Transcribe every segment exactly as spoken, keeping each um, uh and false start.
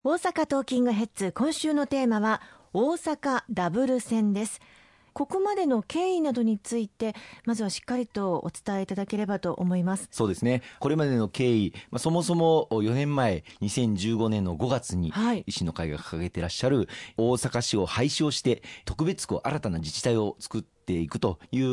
大阪トーキングヘッズ、今週のテーマは大阪ダブル線です。ここまでの経緯などについてまずはしっかりとお伝えいただければと思います。 そうですね、これまでの経緯、まあ、そもそもよねんまえにせんじゅうごねんのごがつに維新の会が掲げてらっしゃる大阪市を廃止をして特別区、新たな自治体を作ってていくという、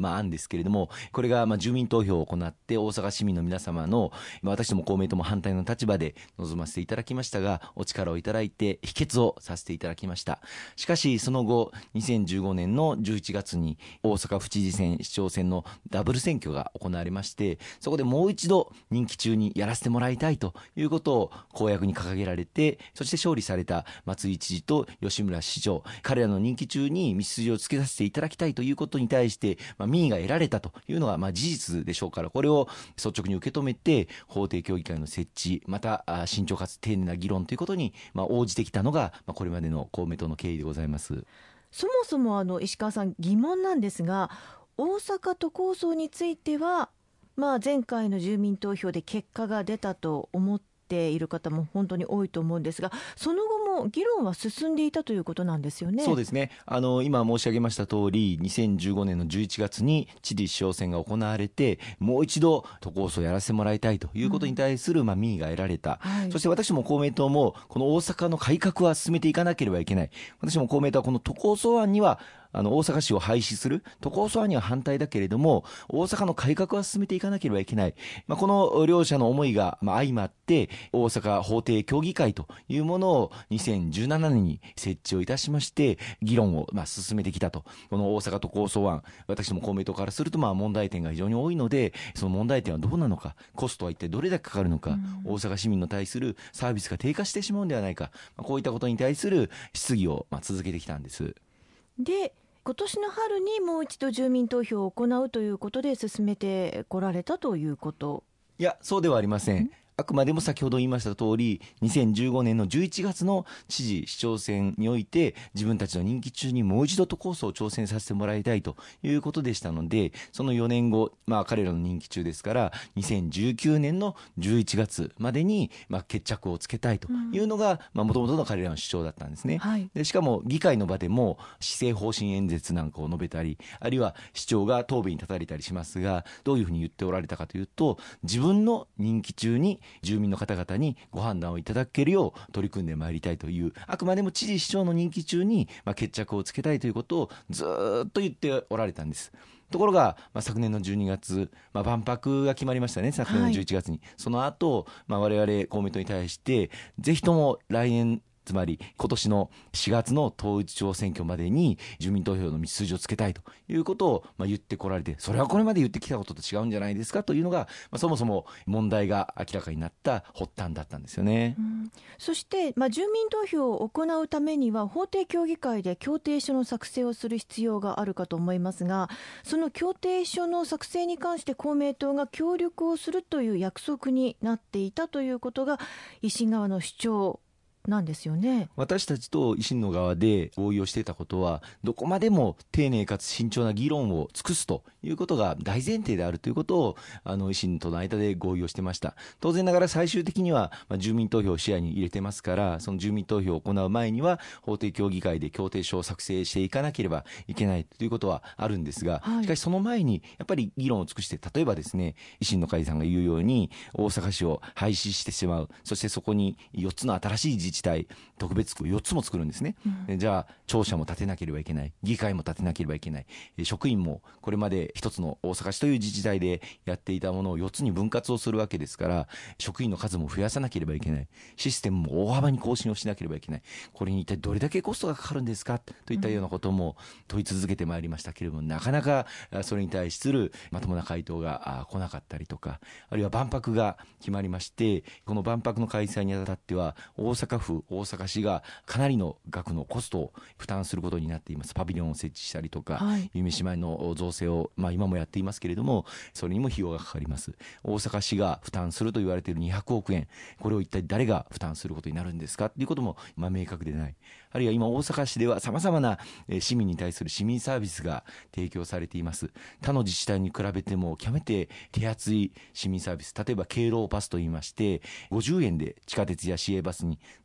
まあ、案ですけれども、これがまあ住民投票を行って大阪市民の皆様の、まあ、私ども公明党も反対の立場で臨ませていただきましたが、お力をいただいて否決をさせていただきました。しかしその後にせんじゅうごねんのじゅういちがつに大阪府知事選、市長選のダブル選挙が行われまして、そこでもう一度任期中にやらせてもらいたいということを公約に掲げられて、そして勝利された松井知事と吉村市長、彼らの任期中に道筋をつけさせていただきたいということに対して、まあ、民意が得られたというのがまあ事実でしょうから、これを率直に受け止めて法定協議会の設置、また慎重かつ丁寧な議論ということにまあ応じてきたのが、まあ、これまでの公明党の経緯でございます。 そもそもあの石川さん、疑問なんですが、大阪都構想については、まあ、前回の住民投票で結果が出たと思っている方も本当に多いと思うんですが、その後も議論は進んでいたということなんですよね。 そうですね、あの今申し上げました通り、にせんじゅうごねんのじゅういちがつに知事市長選が行われて、もう一度都構想をやらせてもらいたいということに対する、まあ、民意が得られた、はい、そして私も公明党もこの大阪の改革は進めていかなければいけない。私も公明党はこの都構想案にはあの大阪市を廃止する都構想案には反対だけれども、大阪の改革は進めていかなければいけない、まあ、この両者の思いがまあ相まって大阪法定協議会というものをにせんじゅうななねんに設置をいたしまして、議論をまあ進めてきたと。この大阪都構想案、私ども公明党からするとまあ問題点が非常に多いので、その問題点はどうなのか、コストは一体どれだけかかるのか、うん、大阪市民の対するサービスが低下してしまうんではないか、まあ、こういったことに対する質疑をまあ続けてきたんです。 で、今年の春にもう一度住民投票を行うということで進めてこられたということ。 いや、そうではありません。あくまでも先ほど言いました通り、にせんじゅうごねんのじゅういちがつの知事市長選において自分たちの任期中にもう一度都構想を挑戦させてもらいたいということでしたので、そのよねんご、まあ、彼らの任期中ですからにせんじゅうきゅうねんのじゅういちがつまでにまあ決着をつけたいというのがもともとの彼らの主張だったんですね、はい、でしかも議会の場でも施政方針演説なんかを述べたり、あるいは市長が答弁に立たれたりしますが、どういうふうに言っておられたかというと、自分の任期中に住民の方々にご判断をいただけるよう取り組んでまいりたいという、あくまでも知事市長の任期中にまあ決着をつけたいということをずっと言っておられたんです。ところが、まあ、昨年のじゅうにがつ、まあ、万博が決まりましたね、昨年のじゅういちがつに、はい、その後、まあ、我々公明党に対してぜひとも来年、つまり今年のしがつの統一地方選挙までに住民投票の道筋をつけたいということをまあ言ってこられて、それはこれまで言ってきたことと違うんじゃないですかというのが、まあ、そもそも問題が明らかになった発端だったんですよね。 うん、そして、まあ、住民投票を行うためには法定協議会で協定書の作成をする必要があるかと思いますが、その協定書の作成に関して公明党が協力をするという約束になっていたということが維新側の主張なんですよね。 私たちと維新の側で合意をしていたことは、どこまでも丁寧かつ慎重な議論を尽くすということが大前提であるということをあの維新との間で合意をしてました。当然ながら最終的には、まあ、住民投票を視野に入れてますから、その住民投票を行う前には法定協議会で協定書を作成していかなければいけないということはあるんですが、はい、しかしその前にやっぱり議論を尽くして、例えばですね、維新の会さんが言うように大阪市を廃止してしまう、そしてそこによっつの新しい自治体、特別区よっつも作るんですね、うん、じゃあ庁舎も建てなければいけない、議会も建てなければいけない、職員もこれまで一つの大阪市という自治体でやっていたものをよっつに分割をするわけですから、職員の数も増やさなければいけない、システムも大幅に更新をしなければいけない、これに一体どれだけコストがかかるんですかといったようなことも問い続けてまいりましたけれども、なかなかそれに対するまともな回答が来なかったりとか、あるいは万博が決まりまして、この万博の開催にあたっては大阪府、大阪市がかなりの額のコストを負担することになっています。パビリオンを設置したりとか、はい、夢姉妹の造成を、まあ、今もやっていますけれども、それにも費用がかかります。大阪市が負担すると言われているにひゃくおくえん、これを一体誰が負担することになるんですかということも、まあ、明確でない。あるいは今大阪市ではさまざまな市民に対する市民サービスが提供されています。他の自治体に比べても極めて手厚い市民サービス、例えば敬老パスといいまして、ごじゅうえんで地下鉄や市営バスに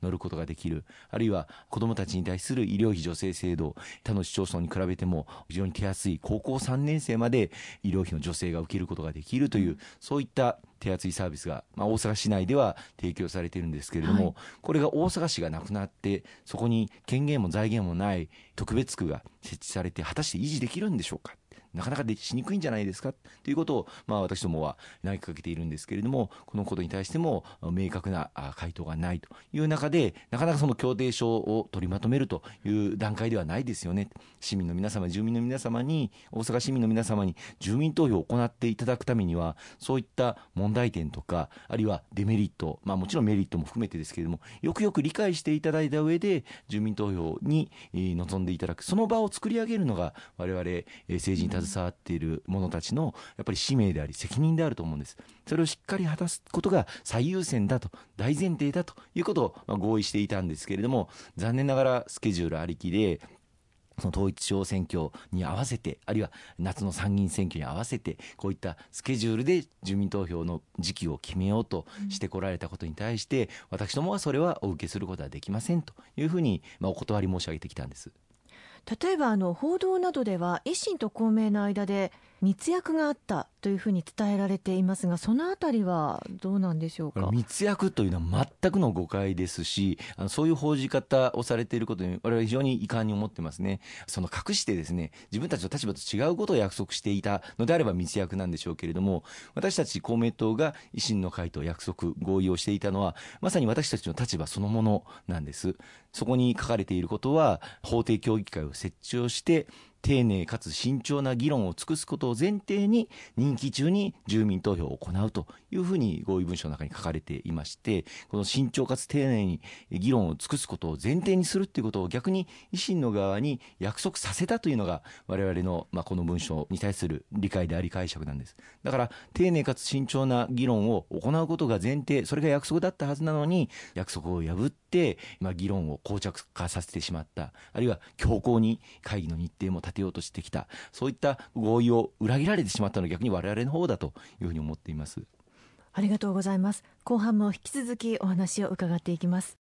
乗ることができる、あるいは子どもたちに対する医療費助成制度、他の市町村に比べても非常に手厚い高校さんねん生まで医療費の助成が受けることができるという、そういった手厚いサービスが、まあ、大阪市内では提供されているんですけれども、はい、これが大阪市がなくなって、そこに権限も財源もない特別区が設置されて、果たして維持できるんでしょうか、なかなかでしにくいんじゃないですかということを、まあ、私どもは投げかけているんですけれども、このことに対しても明確な回答がないという中で、なかなかその協定書を取りまとめるという段階ではないですよね。市民の皆様、住民の皆様に、大阪市民の皆様に住民投票を行っていただくためには、そういった問題点とか、あるいはデメリット、まあ、もちろんメリットも含めてですけれども、よくよく理解していただいた上で住民投票に臨んでいただく、その場を作り上げるのが我々政治に携わっている者たちのやっぱり使命であり責任であると思うんです。それをしっかり果たすことが最優先だと、大前提だということを合意していたんですけれども、残念ながらスケジュールありきで、その統一地方選挙に合わせて、あるいは夏の参議院選挙に合わせて、こういったスケジュールで住民投票の時期を決めようとしてこられたことに対して、うん、私どもはそれはお受けすることはできませんというふうに、まあ、お断り申し上げてきたんです。 例えばあの報道などでは維新と公明の間で密約があったというふうに伝えられていますが、そのあたりはどうなんでしょうか。 密約というのは全くの誤解ですし、あのそういう報じ方をされていることに我々は非常に遺憾に思ってますね。その隠してですね、自分たちの立場と違うことを約束していたのであれば密約なんでしょうけれども、私たち公明党が維新の会と約束合意をしていたのは、まさに私たちの立場そのものなんです。そこに書かれていることは、法定協議会を設置をして丁寧かつ慎重な議論を尽くすことを前提に任期中に住民投票を行うというふうに合意文書の中に書かれていまして、この慎重かつ丁寧に議論を尽くすことを前提にするということを逆に維新の側に約束させたというのが我々の、まあ、この文書に対する理解であり解釈なんです。だから丁寧かつ慎重な議論を行うことが前提、それが約束だったはずなのに約束を破って、まあ、議論を膠着化させてしまった、あるいは強行に会議の日程も立てようとしてきた、そういった合意を裏切られてしまったのは逆に我々の方だというふうに思っています。 ありがとうございます。後半も引き続きお話を伺っていきます。